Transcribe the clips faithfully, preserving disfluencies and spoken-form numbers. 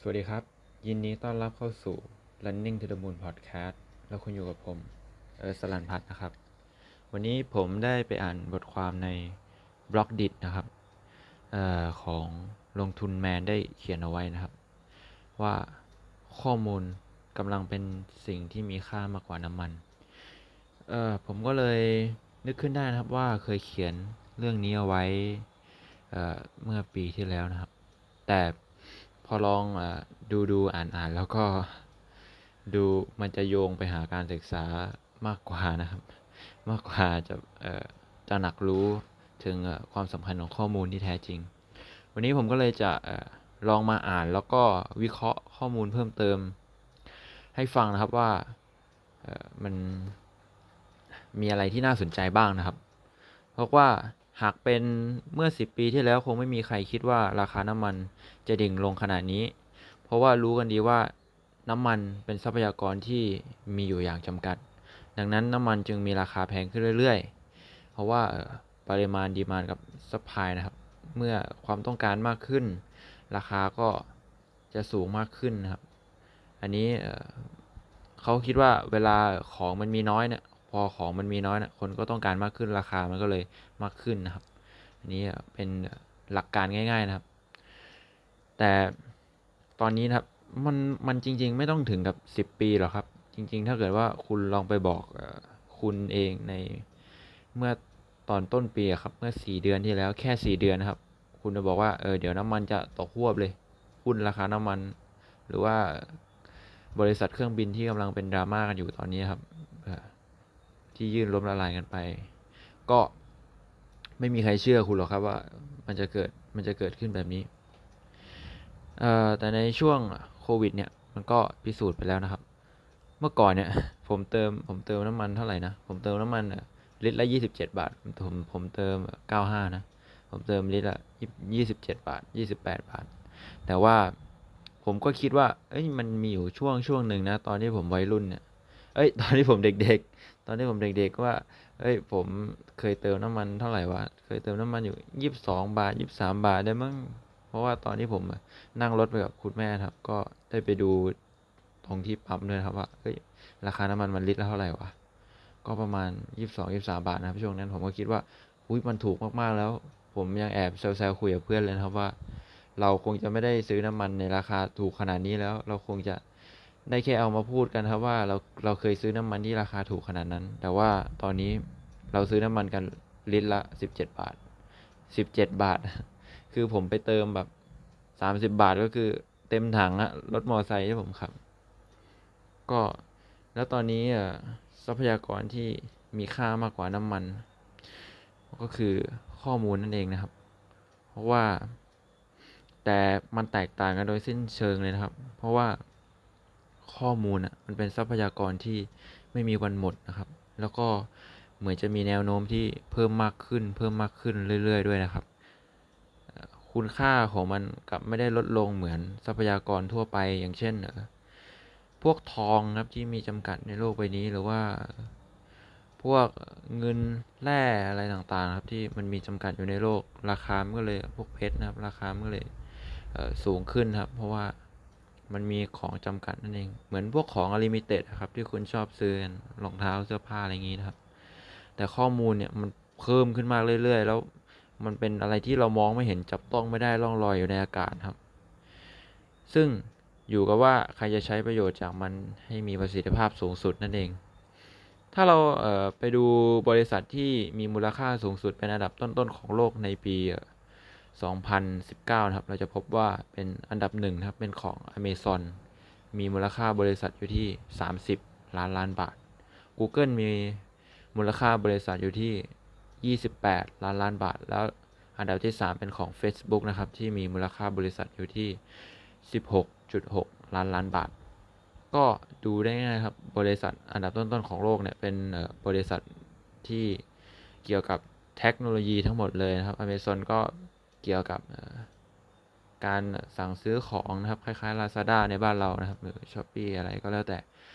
สวัสดีครับยินดีต้อนรับเข้าสู่ Running to the Moon Podcast แล้วคุณอยู่กับผมเออสลันพัฒน์นะครับวันนี้ผมได้ไปอ่านบทความใน บล็อกดิท นะครับออของลงทุนแมนได้เขียนเอาไว้นะครับว่าข้อมูลกำลังเป็นสิ่งที่มีค่ามากกว่าน้ำมันเออผมก็เลยนึกขึ้นได้นะครับว่าเคยเขียนเรื่องนี้เอาไว้เเมื่อปีที่แล้วนะครับแต่พอลองอดูดูอ่านอ่านแล้วก็ดูมันจะโยงไปหาการศึกษามากกว่านะครับมากกว่าจะจะหนักรู้ถึงความสำคัญของข้อมูลที่แท้จริงวันนี้ผมก็เลยจะลองมาอ่านแล้วก็วิเคราะห์ข้อมูลเพิ่มเติมให้ฟังนะครับว่ามันมีอะไรที่น่าสนใจบ้างนะครับเพราะว่าหากเป็นเมื่อสิบปีที่แล้วคงไม่มีใครคิดว่าราคาน้ำมันจะดิ่งลงขนาดนี้เพราะว่ารู้กันดีว่าน้ำมันเป็นทรัพยากรที่มีอยู่อย่างจำกัดดังนั้นน้ำมันจึงมีราคาแพงขึ้นเรื่อยๆเพราะว่าปริมาณดีมานด์กับซัพพลายนะครับเมื่อความต้องการมากขึ้นราคาก็จะสูงมากขึ้นนะครับอันนี้เขาคิดว่าเวลาของมันมีน้อยเนี่ยพอของมันมีน้อยเนี่ยคนก็ต้องการมากขึ้นราคามันก็เลยมากขึ้นนะครับอันนี้เป็นหลักการง่ายๆนะครับแต่ตอนนี้นะครับมันมันจริงๆไม่ต้องถึงกับสิบปีหรอกครับจริงๆถ้าเกิดว่าคุณลองไปบอกคุณเองในเมื่อตอนต้นปีครับเมื่อสี่เดือนที่แล้วแค่สี่เดือนนะครับคุณจะบอกว่าเออเดี๋ยวน้ำมันจะตกหวบเลยหุ้นราคาน้ำมันหรือว่าบริษัทเครื่องบินที่กำลังเป็นดราม่ากันอยู่ตอนนี้ครับที่ยื่นล้มละลายกันไปก็ไม่มีใครเชื่อคุณหรอกครับว่ามันจะเกิดมันจะเกิดขึ้นแบบนี้แต่ในช่วงโควิดเนี่ยมันก็พิสูจน์ไปแล้วนะครับเมื่อก่อนเนี่ยผมเติมผมเติมน้ำมันเท่าไหร่นะผมเติมน้ำมันลิตรละยี่สิบเจ็ดบาทผมผมเติมเก้าสิบห้านะผมเติมลิตรละยี่สิบเจ็ดบาทยี่สิบแปดบาทแต่ว่าผมก็คิดว่าเอ้ยมันมีอยู่ช่วงช่วงหนึ่งนะตอนที่ผมวัยรุ่นเนี่ยเอ้ยตอนที่ผมเด็กๆตอนที่ผมเด็กๆว่าเอ้ยผมเคยเติมน้ำมันเท่าไหร่วะเคยเติมน้ำมันอยู่ยี่สิบสองบาทยี่สิบสามบาทได้มั้งเพราะว่าตอนที่ผมนั่งรถไปกับคุณแม่ครับก็ได้ไปดูตรงที่ปั๊มด้วยครับว่าเฮ้ยราคาน้ำมันมันลิตรละเท่าไหร่วะก็ประมาณยี่สิบสอง ยี่สิบสามบาทนะครับช่วงนั้นผมก็คิดว่าอุ้ยมันถูกมากๆแล้วผมยังแอบแซวๆคุยกับเพื่อนเลยครับว่าเราคงจะไม่ได้ซื้อน้ำมันในราคาถูกขนาดนี้แล้วเราคงจะได้แค่เอามาพูดกันครับว่าเราเราเคยซื้อน้ำมันที่ราคาถูกขนาดนั้นแต่ว่าตอนนี้เราซื้อน้ำมันกันลิตรละสิบเจ็ดบาทสิบเจ็ดบาทคือผมไปเติมแบบสามสิบบาทก็คือเต็มถังอะรถมอเตอร์ไซค์ที่ผมขับก็แล้วตอนนี้ทรัพยากรที่มีค่ามากกว่าน้ำมันก็คือข้อมูลนั่นเองนะครับเพราะว่าแต่มันแตกต่างกันโดยสิ้นเชิงเลยนะครับเพราะว่าข้อมูลอ่ะมันเป็นทรัพยากรที่ไม่มีวันหมดนะครับแล้วก็เหมือนจะมีแนวโน้มที่เพิ่มมากขึ้นเพิ่มมากขึ้นเรื่อยๆด้วยนะครับคุณค่าของมันกลับไม่ได้ลดลงเหมือนทรัพยากรทั่วไปอย่างเช่นพวกทองครับที่มีจำกัดในโลกใบนี้หรือว่าพวกเงินแร่อะไรต่างๆครับที่มันมีจำกัดอยู่ในโลกราคามันก็เลยพวกเพชรนะครับราคามันก็เลยสูงขึ้นครับเพราะว่ามันมีของจำกัดนั่นเองเหมือนพวกของอลิมิเต็ดครับที่คุณชอบซื้อกันรองเท้าเสื้อผ้าอะไรอย่างนี้นะครับแต่ข้อมูลเนี่ยมันเพิ่มขึ้นมากเรื่อยๆแล้วมันเป็นอะไรที่เรามองไม่เห็นจับต้องไม่ได้ล่องลอยอยู่ในอากาศครับซึ่งอยู่กับว่าใครจะใช้ประโยชน์จากมันให้มีประสิทธิภาพสูงสุดนั่นเองถ้าเราเอ่อไปดูบริษัทที่มีมูลค่าสูงสุดเป็นอันดับต้นๆของโลกในปีสองพันสิบเก้านะครับเราจะพบว่าเป็นอันดับหนึ่งนะครับเป็นของ Amazon มีมูลค่าบริษัทอยู่ที่สามสิบล้านล้านบาท Google มีมูลค่าบริษัทอยู่ที่ยี่สิบแปดล้านล้านบาทแล้วอันดับที่สามเป็นของ Facebook นะครับที่มีมูลค่าบริษัทอยู่ที่ สิบหกจุดหกล้านล้านบาทก็ดูได้ง่ายครับบริษัทอันดับต้นๆของโลกเนี่ยเป็นบริษัทที่เกี่ยวกับเทคโนโลยีทั้งหมดเลยนะครับ Amazon ก็เกี่ยวกับการสั่งซื้อของนะครับคล้ายๆ Lazada ในบ้านเรานะครับหรือ Shopee อะไรก็แล้วแต่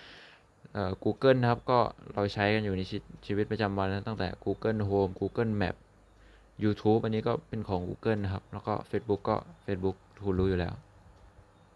Google นะครับก็เราใช้กันอยู่ในชีวิตประจำวันตั้งแต่ Google Home Google Map YouTube อันนี้ก็เป็นของ Google นะครับแล้วก็ Facebook ก็ Facebook คุณรู้อยู่แล้ว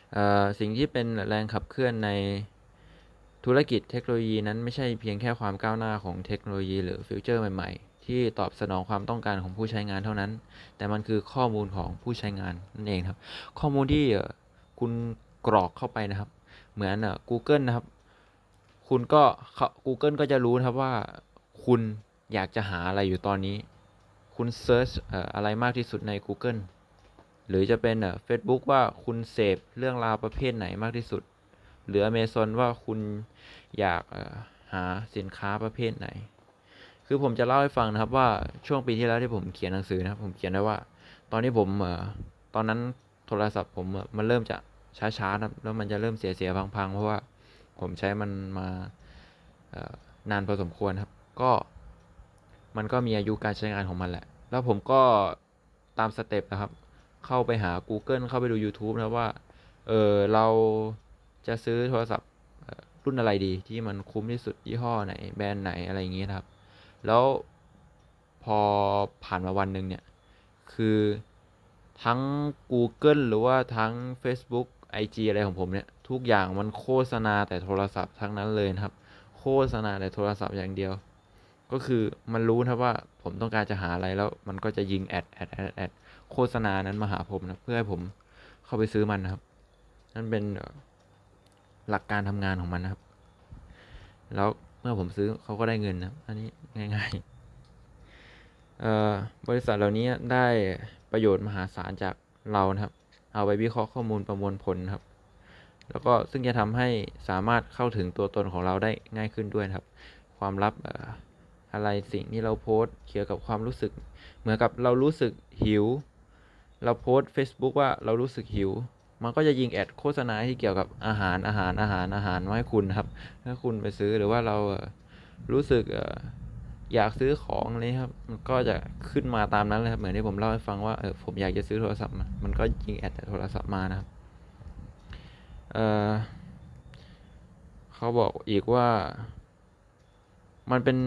เอ่อสิ่งที่เป็นแรงขับเคลื่อนในธุรกิจเทคโนโลยีนั้นไม่ใช่เพียงแค่ความก้าวหน้าของเทคโนโลยีหรือฟีเจอร์ใหม่ๆที่ตอบสนองความต้องการของผู้ใช้งานเท่านั้นแต่มันคือข้อมูลของผู้ใช้งานนั่นเองครับข้อมูลที่คุณกรอกเข้าไปนะครับเหมือน Google นะครับคุณก็ Google ก็จะรู้นะครับว่าคุณอยากจะหาอะไรอยู่ตอนนี้คุณเซิร์ชอะไรมากที่สุดใน Google หรือจะเป็นเอ่อ Facebook ว่าคุณเสพเรื่องราวประเภทไหนมากที่สุดหรือ Amazon ว่าคุณอยากเอ่อหาสินค้าประเภทไหนคือผมจะเล่าให้ฟังนะครับว่าช่วงปีที่แล้วที่ผมเขียนหนังสือนะครับผมเขียนไว้ว่าตอนที่ผมเอ่อตอนนั้นโทรศัพท์ผมมันเริ่มจะช้าๆนะครับแล้วมันจะเริ่มเสียๆพังๆเพราะว่าผมใช้มันมาเอ่อนานพอสมควรครับก็มันก็มีอายุการใช้งานของมันแหละแล้วผมก็ตามสเต็ปนะครับเข้าไปหา Google เข้าไปดู YouTube นะว่าเออเราจะซื้อโทรศัพท์เอ่อรุ่นอะไรดีที่มันคุ้มที่สุดยี่ห้อไหนแบรนด์ไหนอะไรอย่างงี้นะครับแล้วพอผ่านมาวันหนึ่งเนี่ยคือทั้ง Google หรือว่าทั้ง Facebook ไอ จี อะไรของผมเนี่ยทุกอย่างมันโฆษณาแต่โทรศัพท์ทั้งนั้นเลยนะครับโฆษณาแต่โทรศัพท์อย่างเดียวก็คือมันรู้นะครับว่าผมต้องการจะหาอะไรแล้วมันก็จะยิงแอดแอดแอดแอดโฆษณานั้นมาหาผมนะเพื่อให้ผมเข้าไปซื้อมันนะครับนั่นเป็นเอ่อหลักการทำงานของมันนะครับแล้วเมื่อผมซื้อเขาก็ได้เงินนะอันนี้ง่ายๆเอ่อบริษัทเหล่านี้ได้ประโยชน์มหาศาลจากเรานะครับเอาไปวิเคราะห์ข้อมูลประมวลผลนะครับแล้วก็ซึ่งจะทำให้สามารถเข้าถึงตัวตนของเราได้ง่ายขึ้นด้วยนะครับความลับเอ่ออะไรสิ่งที่เราโพสต์เกี่ยวกับความรู้สึกเหมือนกับเรารู้สึกหิวเราโพสต์ Facebook ว่าเรารู้สึกหิวมันก็จะยิงแอดโฆษณาที่เกี่ยวกับอาหารอาหารอาหารอาหารมาให้คุณครับถ้าคุณไปซื้อหรือว่าเราเอ่อรู้สึกเอ่ออยากซื้อของอะไรครับมันก็จะขึ้นมาตามนั้นเลยครับเหมือนที่ผมเล่าให้ฟังว่าเออผมอยากจะซื้อโทรศัพท์มามันก็ยิงแอดแต่โทรศัพท์มานะครับเอ่อเขาบอกอีกว่ามันเป็น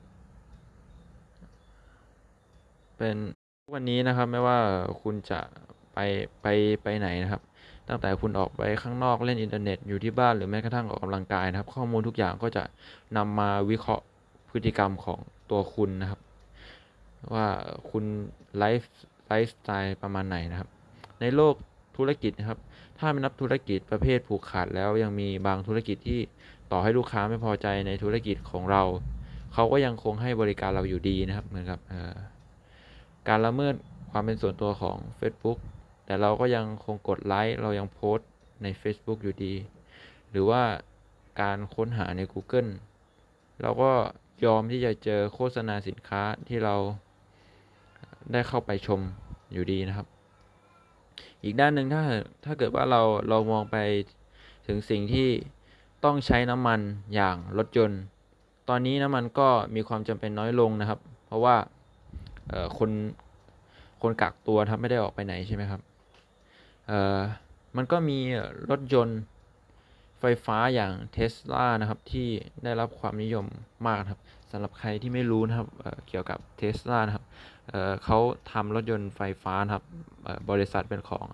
เป็นวันนี้นะครับไม่ว่าคุณจะไปไปไปไหนนะครับตั้งแต่คุณออกไปข้างนอกเล่นอินเทอร์เน็ตอยู่ที่บ้านหรือแม้กระทั่งออกกำลังกายนะครับข้อมูลทุกอย่างก็จะนำมาวิเคราะห์พฤติกรรมของตัวคุณนะครับว่าคุณไลฟ์ไลฟ์สไตล์ประมาณไหนนะครับในโลกธุรกิจนะครับถ้าไม่นับธุรกิจประเภทผูกขาดแล้วยังมีบางธุรกิจที่ต่อให้ลูกค้าไม่พอใจในธุรกิจของเราเขาก็ยังคงให้บริการเราอยู่ดีนะครับเหมือนกับการละเมิดความเป็นส่วนตัวของ Facebook แต่เราก็ยังคงกดไลค์เรายังโพสต์ใน Facebook อยู่ดีหรือว่าการค้นหาใน Google เราก็ยอมที่จะเจอโฆษณาสินค้าที่เราได้เข้าไปชมอยู่ดีนะครับอีกด้านหนึ่งถ้าถ้าเกิดว่าเราเรามองไปถึงสิ่งที่ต้องใช้น้ำมันอย่างรถยนต์ตอนนี้น้ำมันก็มีความจำเป็นน้อยลงนะครับเพราะว่าคนคนกักตัวครับไม่ได้ออกไปไหนใช่ไหมครับเอ่อมันก็มีรถยนต์ไฟฟ้าอย่าง Tesla นะครับที่ได้รับความนิยมมากครับสำหรับใครที่ไม่รู้นะครับเเกี่ยวกับ Tesla นะครับเเขาทำรถยนต์ไฟฟ้านะครับบริษัทเป็นของ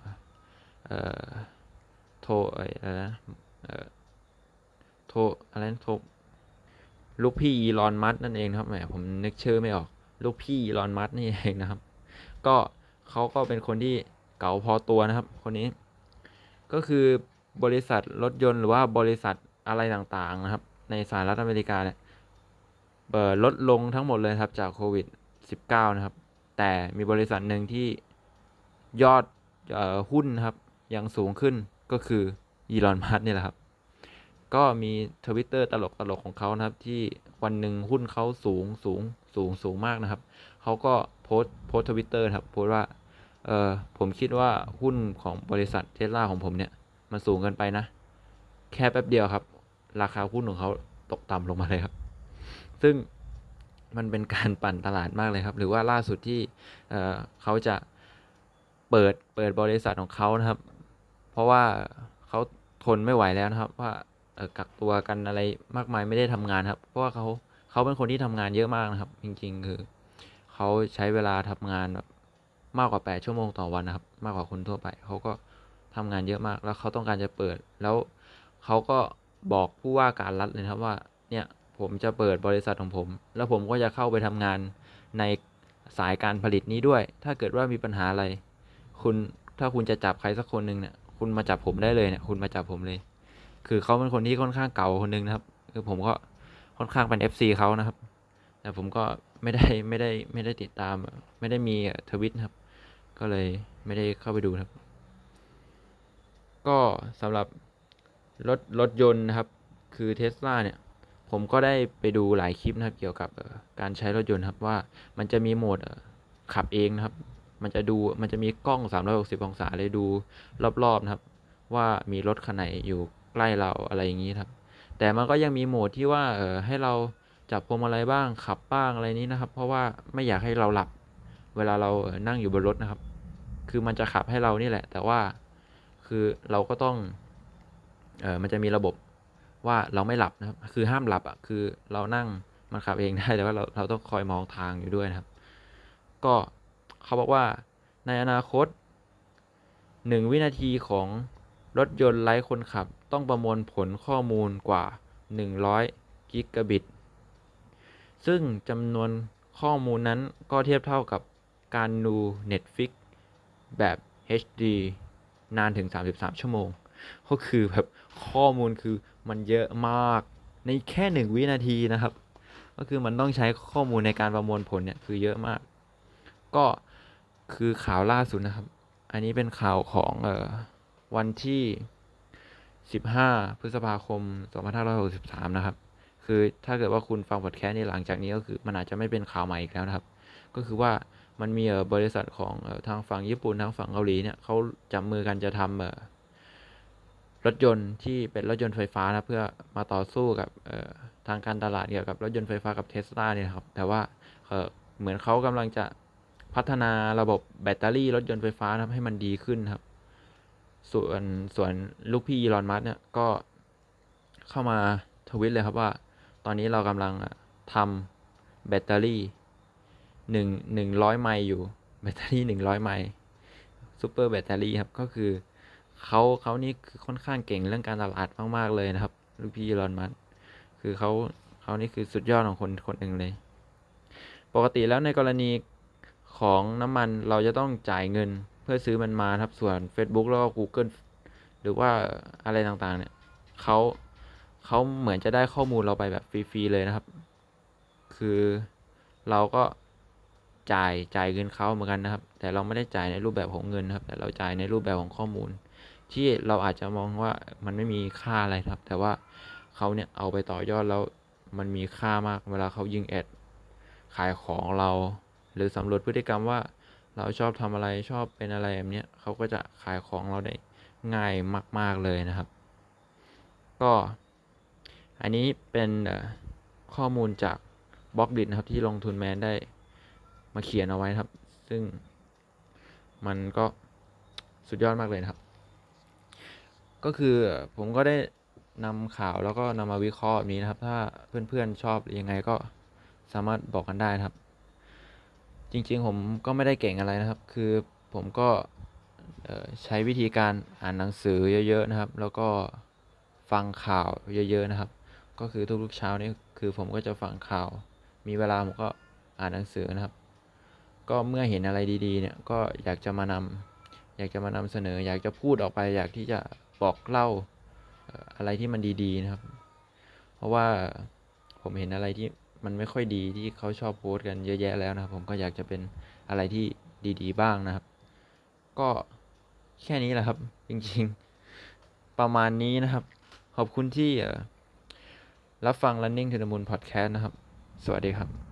โทอะไรนะโทอะไรนะโทลูกพี่อีลอนมัสนั่นเองครับแหมผมนึกชื่อไม่ออกลูกพี่อีลอนมัสนี่เองนะครับก็เขาก็เป็นคนที่เก๋าพอตัวนะครับคนนี้ก็คือบริษัทรถยนต์หรือว่าบริษัทอะไรต่างๆนะครับในสหรัฐอเมริกาเนี่ยลดลงทั้งหมดเลยครับจากโควิด สิบเก้า นะครับแต่มีบริษัทหนึ่งที่ยอดหุ้นนะครับยังสูงขึ้นก็คืออีลอนมัสนี่แหละครับก็มี Twitter ตลกตลกของเขานะครับที่วันหนึ่งหุ้นเขาสูงสูงสูงสูงมากนะครับเขาก็โพสโพสทวิตเตอร์ครับโพสว่าเออผมคิดว่าหุ้นของบริษัทเทสลาของผมเนี่ยมันสูงเกินไปนะแค่แป๊บเดียวครับราคาหุ้นของเขาตกต่ำลงมาเลยครับซึ่งมันเป็นการปั่นตลาดมากเลยครับหรือว่าล่าสุดที่เเขาจะเปิดเปิดบริษัทของเขานะครับเพราะว่าเขาทนไม่ไหวแล้วนะครับว่ากักตัวกันอะไรมากมายไม่ได้ทำงานครับเพราะว่าเขาเขาเป็นคนที่ทำงานเยอะมากนะครับจริงๆคือเขาใช้เวลาทำงานแบบมากกว่าแปดชั่วโมงต่อวันนะครับมากกว่าคนทั่วไปเขาก็ทำงานเยอะมากแล้วเขาต้องการจะเปิดแล้วเขาก็บอกผู้ว่าการรัฐเลยครับว่าเนี่ยผมจะเปิดบริษัทของผมแล้วผมก็จะเข้าไปทำงานในสายการผลิตนี้ด้วยถ้าเกิดว่ามีปัญหาอะไรคุณถ้าคุณจะจับใครสักคนหนึ่งเนี่ยคุณมาจับผมได้เลยเนี่ยคุณมาจับผมเลยคือเขาเป็นคนที่ค่อนข้างเก่าคนหนึงนะครับคือผมก็ค่อนข้างเป็น เอฟ ซี เขานะครับแต่ผมก็ไม่ได้ไม่ได้ไม่ได้ติดตามไม่ได้มีทวิตนะครับก็เลยไม่ได้เข้าไปดูนะครับก็สำหรับรถรถยนต์นะครับคือ Tesla เนี่ยผมก็ได้ไปดูหลายคลิปนะครับเกี่ยวกับการใช้รถยนต์ครับว่ามันจะมีโหมดขับเองนะครับมันจะดูมันจะมีกล้องสามร้อยหกสิบองศาเลยดูรอบๆนะครับว่ามีรถคันไหนอยู่ใกล้เราอะไรอย่างนี้ครับแต่มันก็ยังมีโหมดที่ว่าเออให้เราจับพวงมาลัยบ้างขับบ้างอะไรนี้นะครับเพราะว่าไม่อยากให้เราหลับเวลาเรานั่งอยู่บนรถนะครับคือมันจะขับให้เรานี่แหละแต่ว่าคือเราก็ต้องเออมันจะมีระบบว่าเราไม่หลับนะครับคือห้ามหลับอ่ะคือเรานั่งมันขับเองได้แต่ว่าเราเราต้องคอยมองทางอยู่ด้วยนะครับก็เขาบอกว่าในอนาคตหนึ่งวินาทีของรถยนต์ไร้คนขับต้องประมวลผลข้อมูลกว่าหนึ่งร้อยกิกะบิตซึ่งจำนวนข้อมูลนั้นก็เทียบเท่ากับการดู Netflix แบบ เอช ดี นานถึงสามสิบสามชั่วโมงก็คือแบบข้อมูลคือมันเยอะมากในแค่หนึ่งวินาทีนะครับก็คือมันต้องใช้ข้อมูลในการประมวลผลเนี่ยคือเยอะมากก็คือข่าวล่าสุดนะครับอันนี้เป็นข่าวของเอ่อวันที่สิบห้าพฤษภาคมสองพันห้าร้อยหกสิบสามนะครับคือถ้าเกิดว่าคุณฟังพอดแคสต์นี้หลังจากนี้ก็คือมันอาจจะไม่เป็นข่าวใหม่อีกแล้วนะครับก็คือว่ามันมีบริษัทของทางฝั่งญี่ปุ่นทางฝั่งเกาหลีเนี่ยเขาจับมือกันจะทำรถยนต์ที่เป็นรถยนต์ไฟฟ้านะเพื่อมาต่อสู้กับทางการตลาดเกี่ยวกับรถยนต์ไฟฟ้ากับเทสลาเนี่ยครับแต่ว่าเหมือนเขากำลังจะพัฒนาระบบแบตเตอรี่รถยนต์ไฟฟ้านะครับให้มันดีขึ้นครับส่วนส่วนลูกพี่อีลอนมัสก์เนี่ยก็เข้ามาทวิตเลยครับว่าตอนนี้เรากำลังทำแบตเตอรี่หนึ่งหนึ่งร้อยไมล์อยู่แบตเตอรี่หนึ่งร้อยไมล์ซูเปอร์แบตเตอรี่ครับก็คือเขาเขานี่คือค่อนข้างเก่งเรื่องการตลาดมากๆเลยนะครับลูกพี่อีลอนมัสก์คือเขาเขานี่คือสุดยอดของคนคนหนึ่งเลยปกติแล้วในกรณีของน้ำมันเราจะต้องจ่ายเงินเพื่อซื้อมันมาครับส่วน Facebook แล้วก็ Google หรือว่าอะไรต่างๆเนี่ยเขาเขาเหมือนจะได้ข้อมูลเราไปแบบฟรีๆเลยนะครับคือเราก็จ่ายจ่ายเงินเขาเหมือนกันนะครับแต่เราไม่ได้จ่ายในรูปแบบของเงินนะครับแต่เราจ่ายในรูปแบบของข้อมูลที่เราอาจจะมองว่ามันไม่มีค่าอะไรครับแต่ว่าเขาเนี่ยเอาไปต่อยอดแล้วมันมีค่ามากเวลาเขายิงแอดขายของเราหรือสำรวจพฤติกรรมว่าเราชอบทำอะไรชอบเป็นอะไรแบบนี้เขาก็จะขายของเราได้ง่ายมากๆเลยนะครับก็อันนี้เป็นข้อมูลจากบล็อกดินะครับที่ลงทุนแมนได้มาเขียนเอาไว้ครับซึ่งมันก็สุดยอดมากเลยนะครับก็คือผมก็ได้นำข่าวแล้วก็นำมาวิเคราะห์แบบนี้นะครับถ้าเพื่อนๆชอบยังไงก็สามารถบอกกันได้นะครับจริงๆผมก็ไม่ได้เก่งอะไรนะครับคือผมก็ใช้วิธีการอ่านหนังสือเยอะๆนะครับแล้วก็ฟังข่าวเยอะๆนะครับก็คือทุกๆเช้านี่คือผมก็จะฟังข่าวมีเวลาผมก็อ่านหนังสือนะครับก็เมื่อเห็นอะไรดีๆเนี่ยก็อยากจะมานำอยากจะมานำเสนออยากจะพูดออกไปอยากที่จะบอกเล่าอะไรที่มันดีๆนะครับเพราะว่าผมเห็นอะไรที่มันไม่ค่อยดีที่เขาชอบโพสต์กันเยอะแยะแล้วนะครับผมก็อยากจะเป็นอะไรที่ดีๆบ้างนะครับก็แค่นี้แหละครับจริงๆประมาณนี้นะครับขอบคุณที่รับฟัง Running to the Moon Podcast นะครับสวัสดีครับ